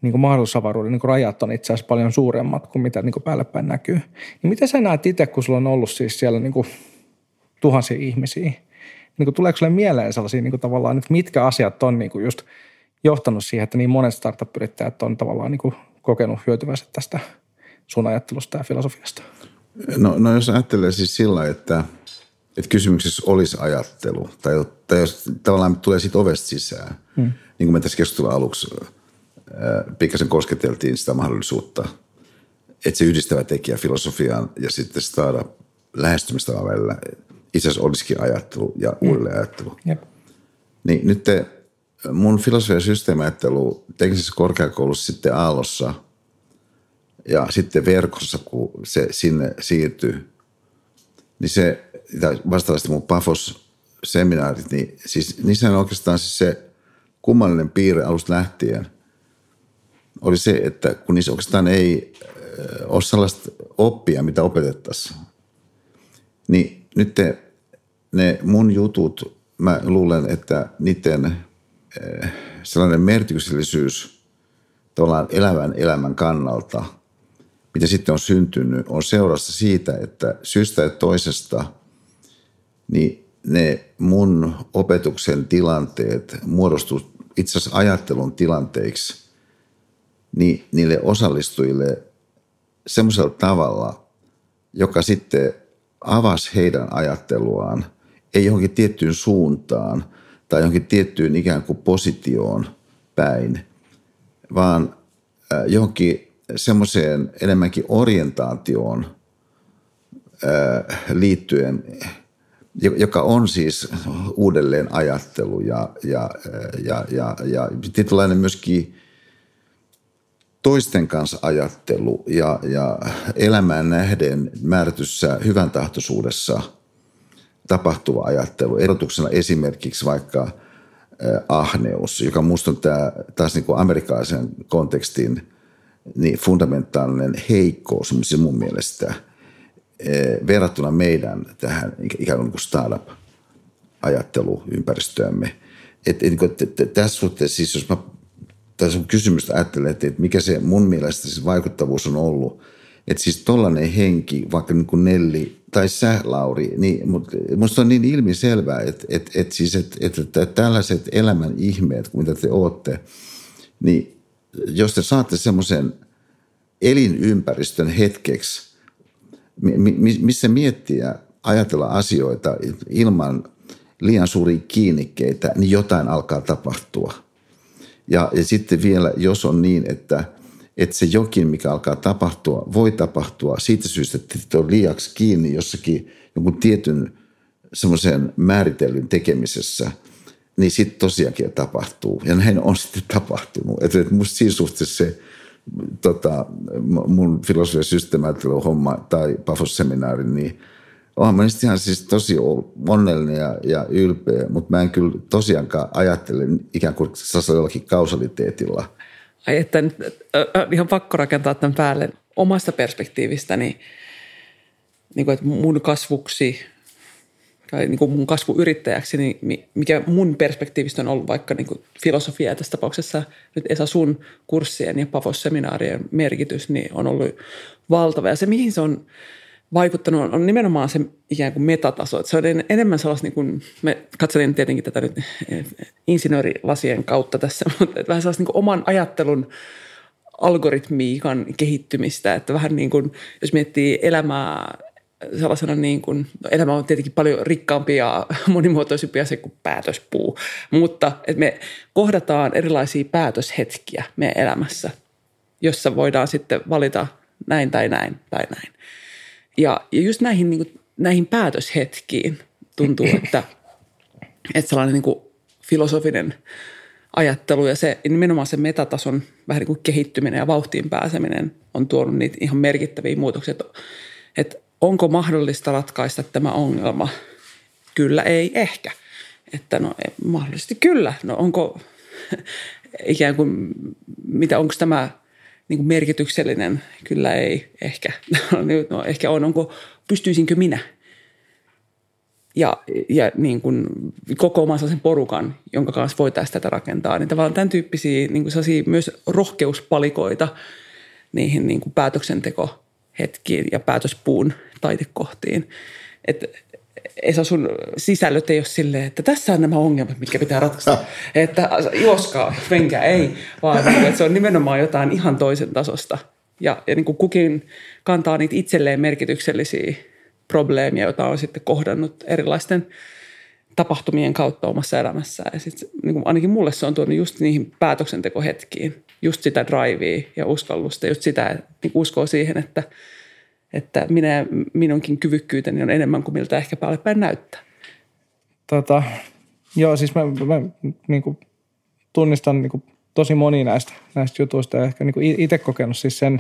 niin kuin mahdollisuusavaruuden niin kuin rajat on itse asiassa paljon suuremmat kuin mitä niin kuin päälle päin näkyy. Niin miten sä näet itse, kun sulla on ollut siis siellä niin kuin tuhansia ihmisiä, niin kuin tuleeko sulle mieleen sellaisia niin kuin tavallaan, että mitkä asiat on niin kuin just johtanut siihen, että niin monet startup-yrittäjät on tavallaan niin kuin kokenut hyötyvänsä tästä sun ajattelusta ja filosofiasta? No, no jos ajattelee siis sillä, että, että kysymyksessä olisi ajattelu, tai, tai jos tavallaan tulee siitä ovesta sisään, hmm. niin kuin me tässä keskustelun aluksi äh, pikkasen kosketeltiin sitä mahdollisuutta, että se yhdistävä tekijä filosofiaan ja sitten startup lähestymistavan välillä itse asiassa olisikin ajattelu ja hmm. uudelleenajattelu. Yep. Niin nyt te, mun filosofia- ja systeemiajattelu teknisessä korkeakoulussa sitten Aallossa ja sitten verkossa, kun se sinne siirtyy, niin se, vastaavasti mun Pafos-seminaarit, niin siis niissä on oikeastaan siis se kummallinen piirre alusta lähtien oli se, että kun niissä oikeastaan ei ole sellaista oppia, mitä opetettaisiin, niin nyt te, ne mun jutut, mä luulen, että niiden sellainen merkityksellisyys tavallaan elävän elämän kannalta, mitä sitten on syntynyt, on seurassa siitä, että syystä ja toisesta niin ne mun opetuksen tilanteet muodostuu itse asiassa ajattelun tilanteiksi niin niille osallistujille semmoisella tavalla, joka sitten avasi heidän ajatteluaan, ei johonkin tiettyyn suuntaan tai johonkin tiettyyn ikään kuin positioon päin, vaan johonkin semmoiseen enemmänkin orientaatioon liittyen, joka on siis uudelleen ajattelu ja, ja, ja, ja, ja tietynlainen myöskin toisten kanssa ajattelu ja, ja elämään nähden määrätyssä hyvän tahtoisuudessa tapahtuva ajattelu. Erotuksena esimerkiksi vaikka ahneus, joka musta on tämä, taas niin kuin amerikkalaisen kontekstin niin fundamentaalinen heikkous siis mun mielestä verrattuna meidän tähän ikään kuin startup-ajatteluympäristöömme. Et, et, et, et, et, tässä suhteessa siis, jos mä tässä on kysymystä ajattelen, että, että mikä se mun mielestä se vaikuttavuus on ollut, että siis tollainen henki, vaikka niin kuin Nelli tai sä, Lauri, niin musta on niin ilmiselvää, että, että, että, siis, että, että, että tällaiset elämän ihmeet, mitä te ootte, niin jos te saatte semmoisen elinympäristön hetkeksi, missä miettiä, ajatella asioita ilman liian suuria kiinnikkeitä, niin jotain alkaa tapahtua. Ja, ja sitten vielä, jos on niin, että, että se jokin, mikä alkaa tapahtua, voi tapahtua siitä syystä, että on liiaksi kiinni jossakin jonkun tietyn semmoisen määritellyn tekemisessä, niin sitten tosiaankin tapahtuu. Ja näin on sitten tapahtunut. Että et musta siinä suhteessa se tota, mun filosofia- ja systeemiajattelun homma tai Pafos-seminaari, niin onhan mä niistä ihan siis tosi onnellinen ja, ja ylpeä, mutta mä en kyllä tosiaankaan ajattele ikään kuin jollakin kausaliteetilla. Ai että nyt äh, ihan pakko rakentaa tämän päälle omasta perspektiivistäni, niin kuin, että mun kasvuksi tai niin kuin mun kasvuyrittäjäksi, niin mikä mun perspektiivistä on ollut vaikka niin kuin filosofia ja tässä tapauksessa nyt Esa sun kurssien ja Pafos-seminaarien merkitys, niin on ollut valtava. Ja se, mihin se on vaikuttanut, on nimenomaan se ikään kuin metataso. Että se on enemmän sellaista, niin kuin, me katselin tietenkin tätä nyt insinöörilasien kautta tässä, mutta vähän sellaista niin kuin oman ajattelun algoritmiikan kehittymistä, että vähän niin kuin, jos miettii elämää sellaisena niin kuin, elämä on tietenkin paljon rikkaampi ja monimuotoisempi asia kuin päätöspuu, mutta että me kohdataan erilaisia päätöshetkiä meidän elämässä, jossa voidaan sitten valita näin tai näin tai näin. Ja, ja just näihin, niin kuin, näihin päätöshetkiin tuntuu, että, että sellainen niin kuin filosofinen ajattelu ja se nimenomaan se metatason vähän niin kuin kehittyminen ja vauhtiin pääseminen on tuonut niitä ihan merkittäviä muutoksia, että, että onko mahdollista ratkaista tämä ongelma? Kyllä, ei, ehkä. Että no mahdollisesti kyllä. No onko ikään kuin, mitä, onko tämä niin kuin merkityksellinen? Kyllä, ei, ehkä. No ehkä on, onko, pystyisinkö minä? ja, ja niin kuin kokoamaan sellaisen porukan, jonka kanssa voitaisiin tätä rakentaa. Niin tavallaan tämän tyyppisiä niin kuin sellaisia myös rohkeuspalikoita niihin niin kuin päätöksentekohetkiin ja päätöspuun taitekohtiin. Että Esa, sun sisällöt ei ole silleen, että tässä on nämä ongelmat, mitkä pitää ratkaista. Että juoskaa, venkää, ei, vaan että se on nimenomaan jotain ihan toisen tasosta. Ja, ja niin kuin kukin kantaa niitä itselleen merkityksellisiä probleemia, joita on sitten kohdannut erilaisten tapahtumien kautta omassa elämässään. Ja sit, niin kuin ainakin mulle se on tuonut just niihin päätöksentekohetkiin, just sitä drivea ja uskallusta, just sitä, että niin uskoo siihen, että, että minä ja minunkin kyvykkyyteni on enemmän kuin miltä ehkä päälle päin näyttää. Tota, joo, siis mä, mä niin kuin tunnistan niin kuin tosi moni näistä, näistä jutuista ja ehkä niin kuin itse kokenut siis sen,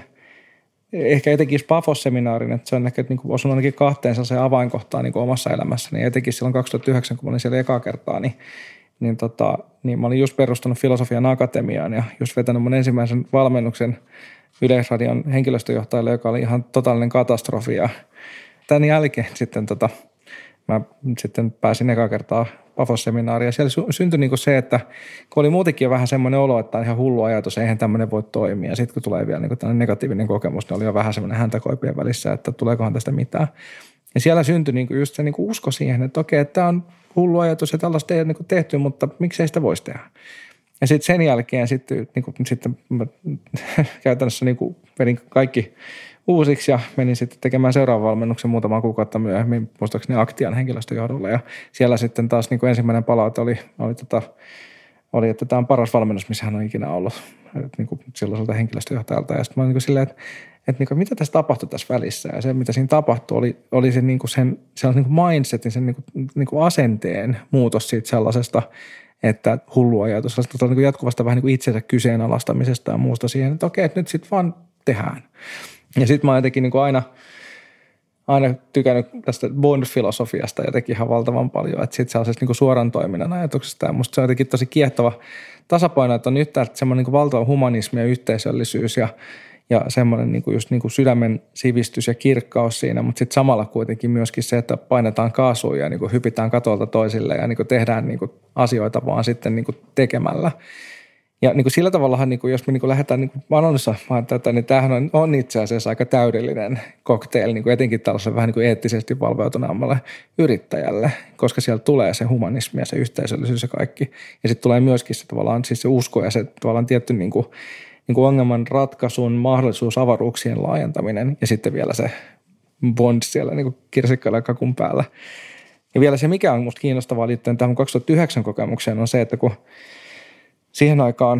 ehkä etenkin Pafos-seminaarin, että se on ehkä niin kuin osunut ainakin kahteen sellaiseen avainkohtaan niin kuin omassa elämässäni. Niin etenkin silloin kaksituhattayhdeksän, kun mä olin siellä ekaa kertaa, niin, niin, tota, niin mä olin just perustanut Filosofian Akatemiaan ja just vetänyt mun ensimmäisen valmennuksen Yleisradion henkilöstöjohtajalle, joka oli ihan totaalinen katastrofi. Ja tämän jälkeen sitten tota, mä sitten pääsin ekaa kertaa Pafos-seminaariin ja siellä syntyi niin kuin se, että kun oli muutenkin jo vähän semmoinen olo, että on ihan hullu ajatus, eihän tämmöinen voi toimia. Ja sitten kun tulee vielä niin kuin tällainen negatiivinen kokemus, niin oli jo vähän semmoinen häntäkoipien välissä, että tuleekohan tästä mitään. Ja siellä syntyi niin kuin just se niin kuin usko siihen, että okei, että tämä on hullu ajatus ja tällaista ei ole niin kuin tehty, mutta miksei sitä voisi tehdä. Ja sitten sen jälkeen sitten, niin kuin, sitten mä käytännössä niin kuin vedin kaikki uusiksi ja menin sitten tekemään seuraavan valmennuksen muutaman kuukautta myöhemmin, muistaakseni Aktian henkilöstöjohdolla. Ja siellä sitten taas niin kuin ensimmäinen palaute oli, oli, tota, oli, että tämä on paras valmennus, missä hän on ikinä ollut niin kuin silloiselta henkilöstöjohtajalta. Ja sitten mä olin niin kuin silleen, että, että niin kuin, mitä tässä tapahtui tässä välissä. Ja se, mitä siinä tapahtui, oli, oli se, niin kuin sen, se niin kuin mindsetin, sen niin kuin, niin kuin asenteen muutos siitä sellaisesta, että hullu ajatus, sellaista niin kuin jatkuvasta vähän niin kuin itsensä kyseenalaistamisesta ja muusta siihen, että okei, että nyt sitten vaan tehdään. Ja sitten mä oon jotenkin niin kuin aina, aina tykännyt tästä Bond-filosofiasta jotenkin ihan valtavan paljon, että sitten sellaisesta niin kuin suoran toiminnan ajatuksesta. Ja musta se on jotenkin tosi kiehtova tasapaino, että on yhtäältä semmoinen niin kuin valtava humanismi ja yhteisöllisyys ja, ja semmoinen niin kuin just niin kuin sydämen sivistys ja kirkkaus siinä, mutta sitten samalla kuitenkin myöskin se, että painetaan kaasua ja niin kuin hypitään katolta toisille ja niin kuin tehdään niin kuin asioita vaan sitten niin kuin tekemällä. Ja niin kuin sillä tavallahan, niin kuin jos me niin kuin lähdetään niin kuin analysoimaan tätä, niin tämähän on, on itse asiassa aika täydellinen cocktail, niin kuin etenkin tällaiselle vähän niin kuin eettisesti valveutuneemmalle yrittäjälle, koska siellä tulee se humanismi ja se yhteisöllisyys ja kaikki. Ja sitten tulee myöskin se tavallaan siis se usko ja se tavallaan tietty niin kuin, niin kuin ongelman ratkaisun mahdollisuus, avaruuksien laajentaminen ja sitten vielä se bond siellä niin kuin kirsikkalla ja kakun päällä. Ja vielä se, mikä on musta kiinnostavaa liittyen tähän kaksituhattayhdeksän kokemukseen, on se, että kun siihen aikaan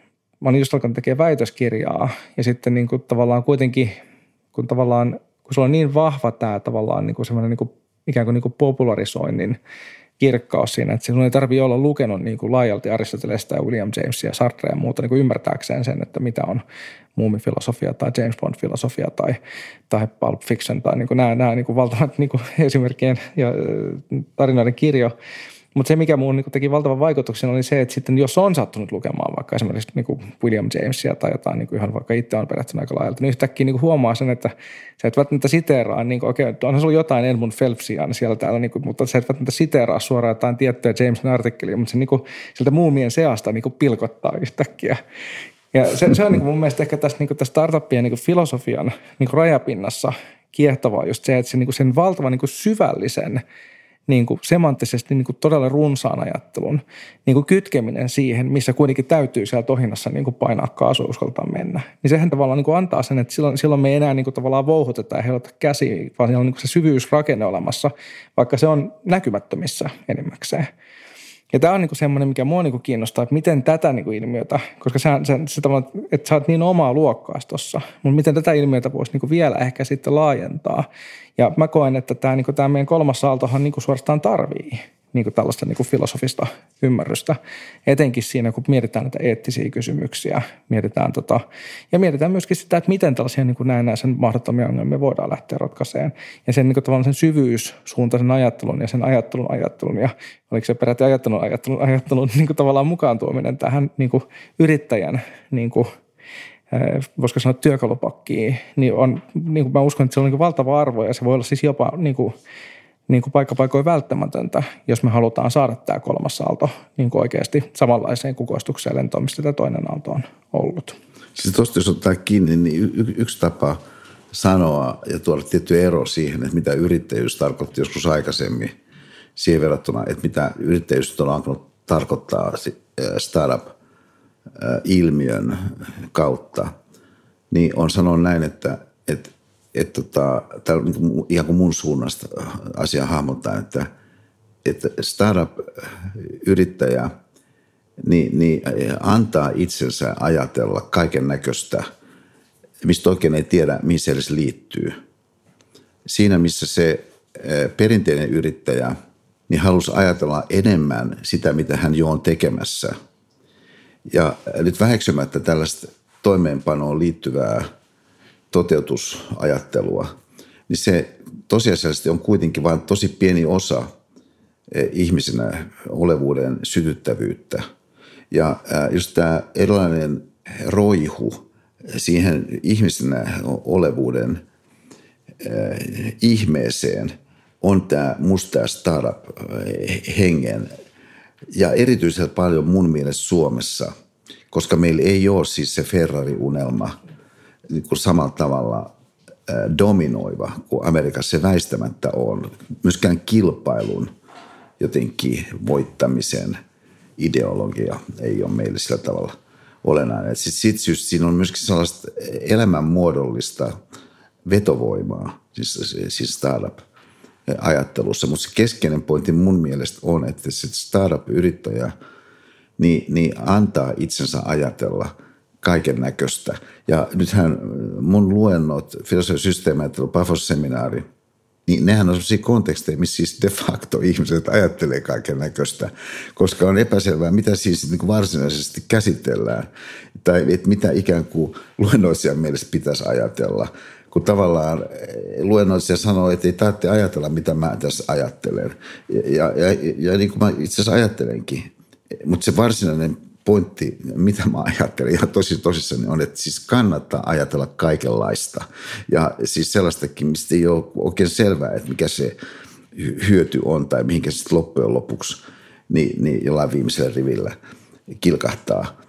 mä olin just alkanut tekemään väitöskirjaa ja sitten niin kuin tavallaan kuitenkin, kun tavallaan, kun sulla on niin vahva tämä tavallaan niin kuin semmoinen niin kuin, ikään kuin, niin kuin popularisoinnin kirkkaus siinä, että sinun ei tarvitse olla lukenut niin kuin laajalti Aristotelesta ja William Jamesia, Sartrea ja muuta niin kuin ymmärtääkseen sen, että mitä on muumifilosofia tai James Bond-filosofia tai, tai Pulp Fiction tai niin kuin nämä, nämä niin kuin valtavat niin kuin esimerkkien ja tarinoiden kirjo. Mutta se, mikä minuun niin teki valtavan vaikutuksen, oli se, että sitten jos on sattunut lukemaan vaikka esimerkiksi niin kuin William Jamesia tai jotain, niin kuin ihan vaikka itse on perehtynyt aika laajalta, niin yhtäkkiä niin kuin huomaa sen, että sä et välttämättä siteeraa, niin kuin, okei, onhan sulla jotain Edmund Phelpsia siellä täällä, niin kuin, mutta sä et välttämättä siteeraa suoraan jotain tiettyä Jamesin artikkelia, mutta se niin kuin, sieltä muumien seasta niin kuin pilkottaa yhtäkkiä. Ja se, se on niin kuin mun mielestä ehkä tässä, niin kuin tässä startuppien niin kuin filosofian niin kuin rajapinnassa kiehtovaa just se, että se, niin kuin sen valtavan niin kuin syvällisen niin kuin semanttisesti niin kuin todella runsaan ajattelun niin kuin kytkeminen siihen, missä kuitenkin täytyy siellä tohinnassa niin kuin painaa kaasua ja uskaltaa mennä. Niin sehän tavallaan niin kuin antaa sen, että silloin, silloin me ei enää niin kuin tavallaan vouhuteta ja heilota käsiä, vaan siellä on niin kuin se syvyysrakenne olemassa, vaikka se on näkymättömissä enimmäkseen. Ja tämä on niinku semmoinen, mikä mua niinku kiinnostaa, että miten tätä niinku ilmiötä, koska sä, sä, se tavallaan, että sä oot niin omaa luokkaas tuossa, mutta miten tätä ilmiötä voisi niinku vielä ehkä sitten laajentaa. Ja mä koen, että tämä niinku, meidän kolmas aaltohan niinku suorastaan tarvii niinku tällaista niinku filosofista ymmärrystä, etenkin siinä, kun mietitään näitä eettisiä kysymyksiä, mietitään tota, ja mietitään myöskin sitä, että miten tällaisia niinku näennäisen mahdottomia ongelmia voidaan lähteä ratkaiseen. Ja sen niinku tavallaan sen syvyyssuuntaisen ajattelun ja sen ajattelun ajattelun ja oliko se peräti ajattelun ajattelun ajattelun niinku tavallaan mukaan tuominen tähän niinku yrittäjän niinku voisiko sanoa työkalupakkiin, niin on, niin kuin mä uskon, että se on niin kuin valtava arvo ja se voi olla siis jopa niin kuin niin kuin paikka paikoin välttämätöntä, jos me halutaan saada tämä kolmas aalto niin kuin oikeasti samanlaiseen kukoistukseen lentoon, mistä tämä toinen aalto on ollut. Siis tuosta jos ottaa kiinni, niin y- yksi tapa sanoa ja tuoda tietty ero siihen, että mitä yrittäjyys tarkoitti joskus aikaisemmin siihen verrattuna, että mitä yrittäjyys on alkanut tarkoittaa startup-ilmiön kautta, niin on sanonut näin, että, että, että, että tämä on ihan kuin mun suunnasta asia hahmottaa, että, että startup-yrittäjä niin, niin antaa itsensä ajatella kaiken näköistä, mistä oikein ei tiedä, mihin se edes liittyy. Siinä, missä se perinteinen yrittäjä niin halusi ajatella enemmän sitä, mitä hän jo on tekemässä. Ja nyt väheksymättä tällaista toimeenpanoon liittyvää toteutusajattelua, niin se tosiasiallisesti on kuitenkin vain tosi pieni osa ihmisenä olevuuden sytyttävyyttä. Ja just tämä erilainen roihu siihen ihmisenä olevuuden ihmeeseen on tämä musta startup-hengen ja erityisen paljon mun mielestä Suomessa, koska meillä ei ole siis se Ferrari-unelma niin kuin samalla tavalla dominoiva kuin Amerikassa se väistämättä on. Myöskään kilpailun jotenkin voittamisen ideologia ei ole meille sillä tavalla olennainen. Sitten siis siinä on myöskin sellaista elämänmuodollista vetovoimaa, siis, siis startup-ajattelussa. Mutta se keskeinen pointti mun mielestä on, että se startup-yrittäjä niin, niin antaa itsensä ajatella kaiken näköistä. Ja nythän mun luennot, filosofia- systeemiajattelu, Pafos-seminaari, niin nehän on sellaisia konteksteja, missä siis de facto ihmiset ajattelee kaiken näköistä, koska on epäselvää, mitä siis niin kuin varsinaisesti käsitellään, tai että mitä ikään kuin luennoitsijan mielestä pitäisi ajatella, kun tavallaan luennoitsija sanoo, että ei tarvitse ajatella, mitä mä tässä ajattelen. Ja, ja, ja, ja niin kuin mä itse asiassa ajattelenkin, mutta se varsinainen pointti, mitä mä ajattelen ihan tosi tosissani on, että siis kannattaa ajatella kaikenlaista. Ja siis sellaistakin, mistä ei ole oikein selvää, että mikä se hyöty on tai mihinkä sitten loppujen lopuksi niin, niin jollain viimeisellä rivillä kilkahtaa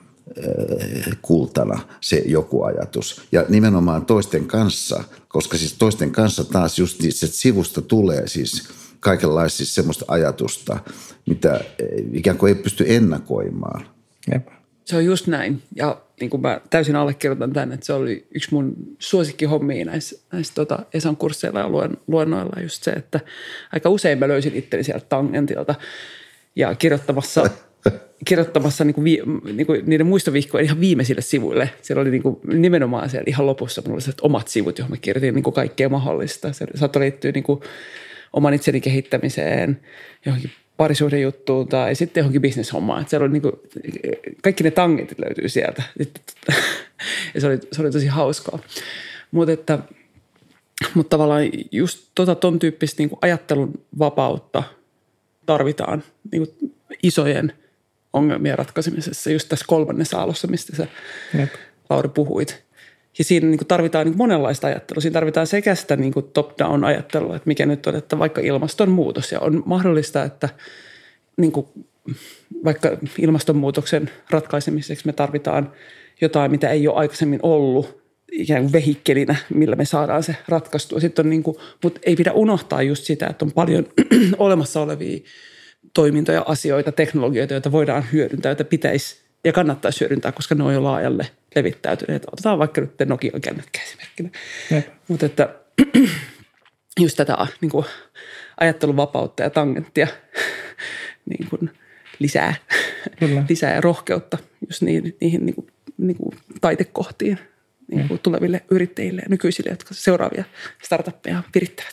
kultana se joku ajatus. Ja nimenomaan toisten kanssa, koska siis toisten kanssa taas just niin, että sivusta tulee siis kaikenlaista siis semmoista ajatusta, mitä ikään kuin ei pysty ennakoimaan. Jep. Se on just näin. Ja niin kuin mä täysin allekirjoitan tämän, että se oli yksi mun suosikkihommia näissä, näissä tota Esan kursseilla ja luen, luennoilla just se, että aika usein mä löysin itteni sieltä tangentilta ja kirjoittamassa, kirjoittamassa niin kuin vi, niin kuin niiden muistovihkojen ihan viimeisille sivuille. Siellä oli niin kuin nimenomaan siellä ihan lopussa, mulla oli omat sivut, johon mä kirjoitin niin kuin kaikkea mahdollista. Se saattoi liittyä niin kuin oman itseni kehittämiseen, johonkin parisuhdejuttuun tai sitten johonkin bisneshommaan. Siellä oli niin kuin, kaikki ne tangentit löytyy sieltä. Ja se oli, se oli tosi hauskaa. Mutta että, mutta tavallaan just tota, ton tyyppistä niin kuin ajattelun vapautta tarvitaan niin kuin isojen ongelmien ratkaisemisessa just tässä kolmannessa aallossa, mistä sä, Jep. Lauri, puhuit. Ja siinä niin kuin tarvitaan niin kuin monenlaista ajattelua. Siinä tarvitaan sekä sitä niin kuin top-down ajattelua, että mikä nyt on, että vaikka ilmastonmuutos. Ja on mahdollista, että niin kuin vaikka ilmastonmuutoksen ratkaisemiseksi me tarvitaan jotain, mitä ei ole aikaisemmin ollut ikään kuin vehikkelinä, millä me saadaan se ratkaistua. Sitten on niin kuin, mutta ei pidä unohtaa just sitä, että on paljon olemassa olevia toimintoja, asioita, teknologioita, joita voidaan hyödyntää, joita pitäisi ja kannattaisi hyödyntää, koska ne on jo laajalle levittäytyneet. Otetaan vaikka nyt Nokian kännykkä esimerkkinä. Mutta että just tätä niin kuin ajatteluvapautta ja tangenttia niin kuin lisää, lisää ja rohkeutta just niihin, niihin niin kuin, niin kuin taitekohtiin niin kuin tuleville yrittäjille ja nykyisille, jotka seuraavia startuppeja virittävät.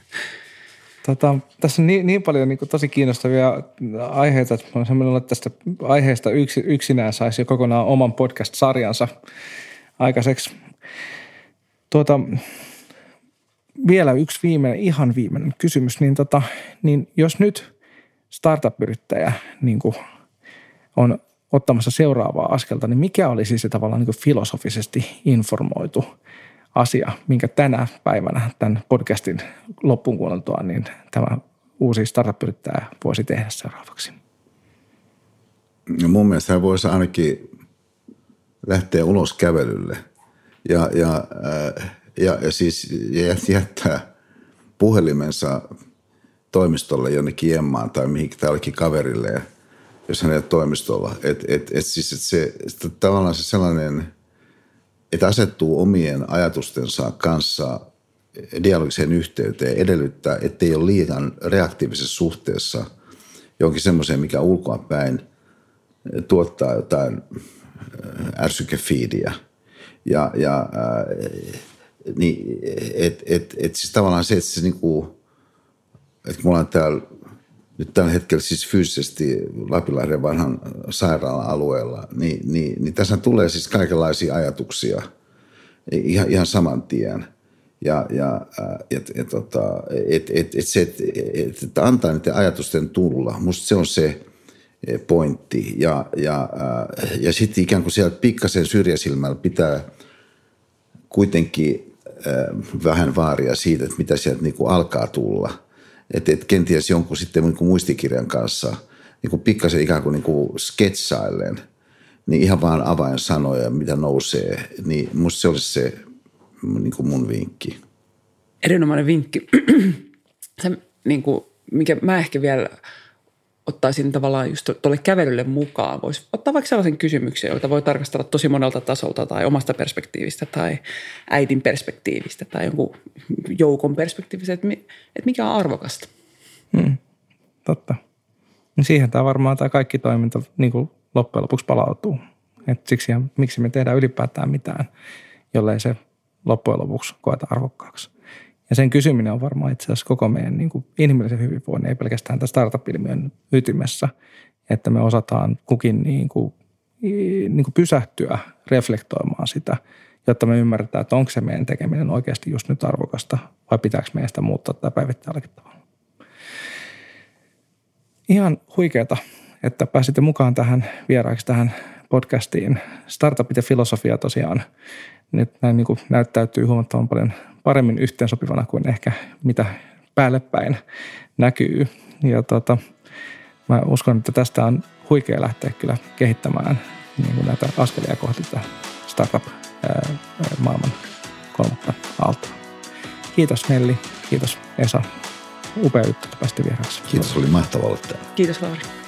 Tota, tässä on niin, niin paljon niin kuin tosi kiinnostavia aiheita, että olen sellainen, että tästä aiheesta yksi, yksinään saisi jo kokonaan oman podcast-sarjansa aikaiseksi. Tuota, vielä yksi viimeinen, ihan viimeinen kysymys. Niin, tota, niin jos nyt startup-yrittäjä niin kuin on ottamassa seuraavaa askelta, niin mikä olisi se tavallaan niin kuin filosofisesti informoitu asia, minkä tänä päivänä tämän podcastin loppuun kuunneltua, niin tämä uusi startup-yrittäjä voisi tehdä seuraavaksi? No mun mielestä hän voisi ainakin lähteä ulos kävelylle ja, ja, ja, ja siis jättää puhelimensa toimistolle jonnekin jemmaan tai mihinkin tällekin kaverille, ja jos hän ei ole toimistolla. Et, et, et siis, et se, et tavallaan se sellainen, että asettuu omien ajatustensa kanssa dialogiseen yhteyteen, edellyttää, ettei ole liian reaktiivisessa suhteessa johonkin semmoiseen, mikä ulkoapäin tuottaa jotain ärsykefiidiä. Ja, ja äh, niin, et, et, et siis tavallaan se, että se niinku, että me ollaan täällä nyt tällä hetkellä siis fyysisesti Lapinlahden vanhan sairaalan alueella, niin, niin, niin tässä tulee siis kaikenlaisia ajatuksia ihan, ihan saman tien. Ja, ja et, et, tota, et, et, et se, että et, et antaa niiden ajatusten tulla, musta se on se pointti. Ja, ja, ja sitten ikään kuin siellä pikkasen syrjäsilmällä pitää kuitenkin vähän vaaria siitä, että mitä sieltä niin kuin alkaa tulla. Että et kenties jonkun sitten niin kuin muistikirjan kanssa niin kuin pikkasen ikään kuin, niin kuin sketsaillen, niin ihan vaan avainsanoja, mitä nousee, niin musta se olisi se niin kuin mun vinkki. Erinomainen vinkki. Se, niin kuin, mikä mä ehkä vielä ottaisin tavallaan just tuolle kävelylle mukaan. Voisi ottaa vaikka sellaisen kysymyksen, joita voi tarkastella tosi monelta tasolta tai omasta perspektiivistä tai äidin perspektiivistä tai jonkun joukon perspektiivistä, että mikä on arvokasta. Hmm, totta. Siihen tämä varmaan tämä kaikki toiminta niin kuin loppujen lopuksi palautuu. Et siksi ja miksi me tehdään ylipäätään mitään, jollei se loppujen lopuksi koeta arvokkaaksi. Ja sen kysyminen on varmaan itse asiassa koko meidän niin kuin inhimillisen hyvinvoinnin, ei pelkästään tässä startup-ilmiön ytimessä, että me osataan kukin niin kuin, niin kuin pysähtyä reflektoimaan sitä, jotta me ymmärretään, että onko se meidän tekeminen oikeasti just nyt arvokasta vai pitääkö meidän sitä muuttaa tai päivittää jollakin tavalla. Ihan huikeeta, että pääsitte mukaan tähän vieraaksi tähän podcastiin. Startupit ja filosofia tosiaan nyt näin niin kuin näyttäytyy huomattavan paljon paremmin yhteensopivana kuin ehkä mitä päälle päin näkyy. Ja tota, mä uskon, että tästä on huikea lähteä kyllä kehittämään niin kuin näitä askelia kohti tätä startup-maailman kolmatta aaltoa. Kiitos Nelli, kiitos Esa. Upea juttu, että pääsitte vieraaksi. Kiitos, oli mahtavaa olla täällä. Kiitos Lauri.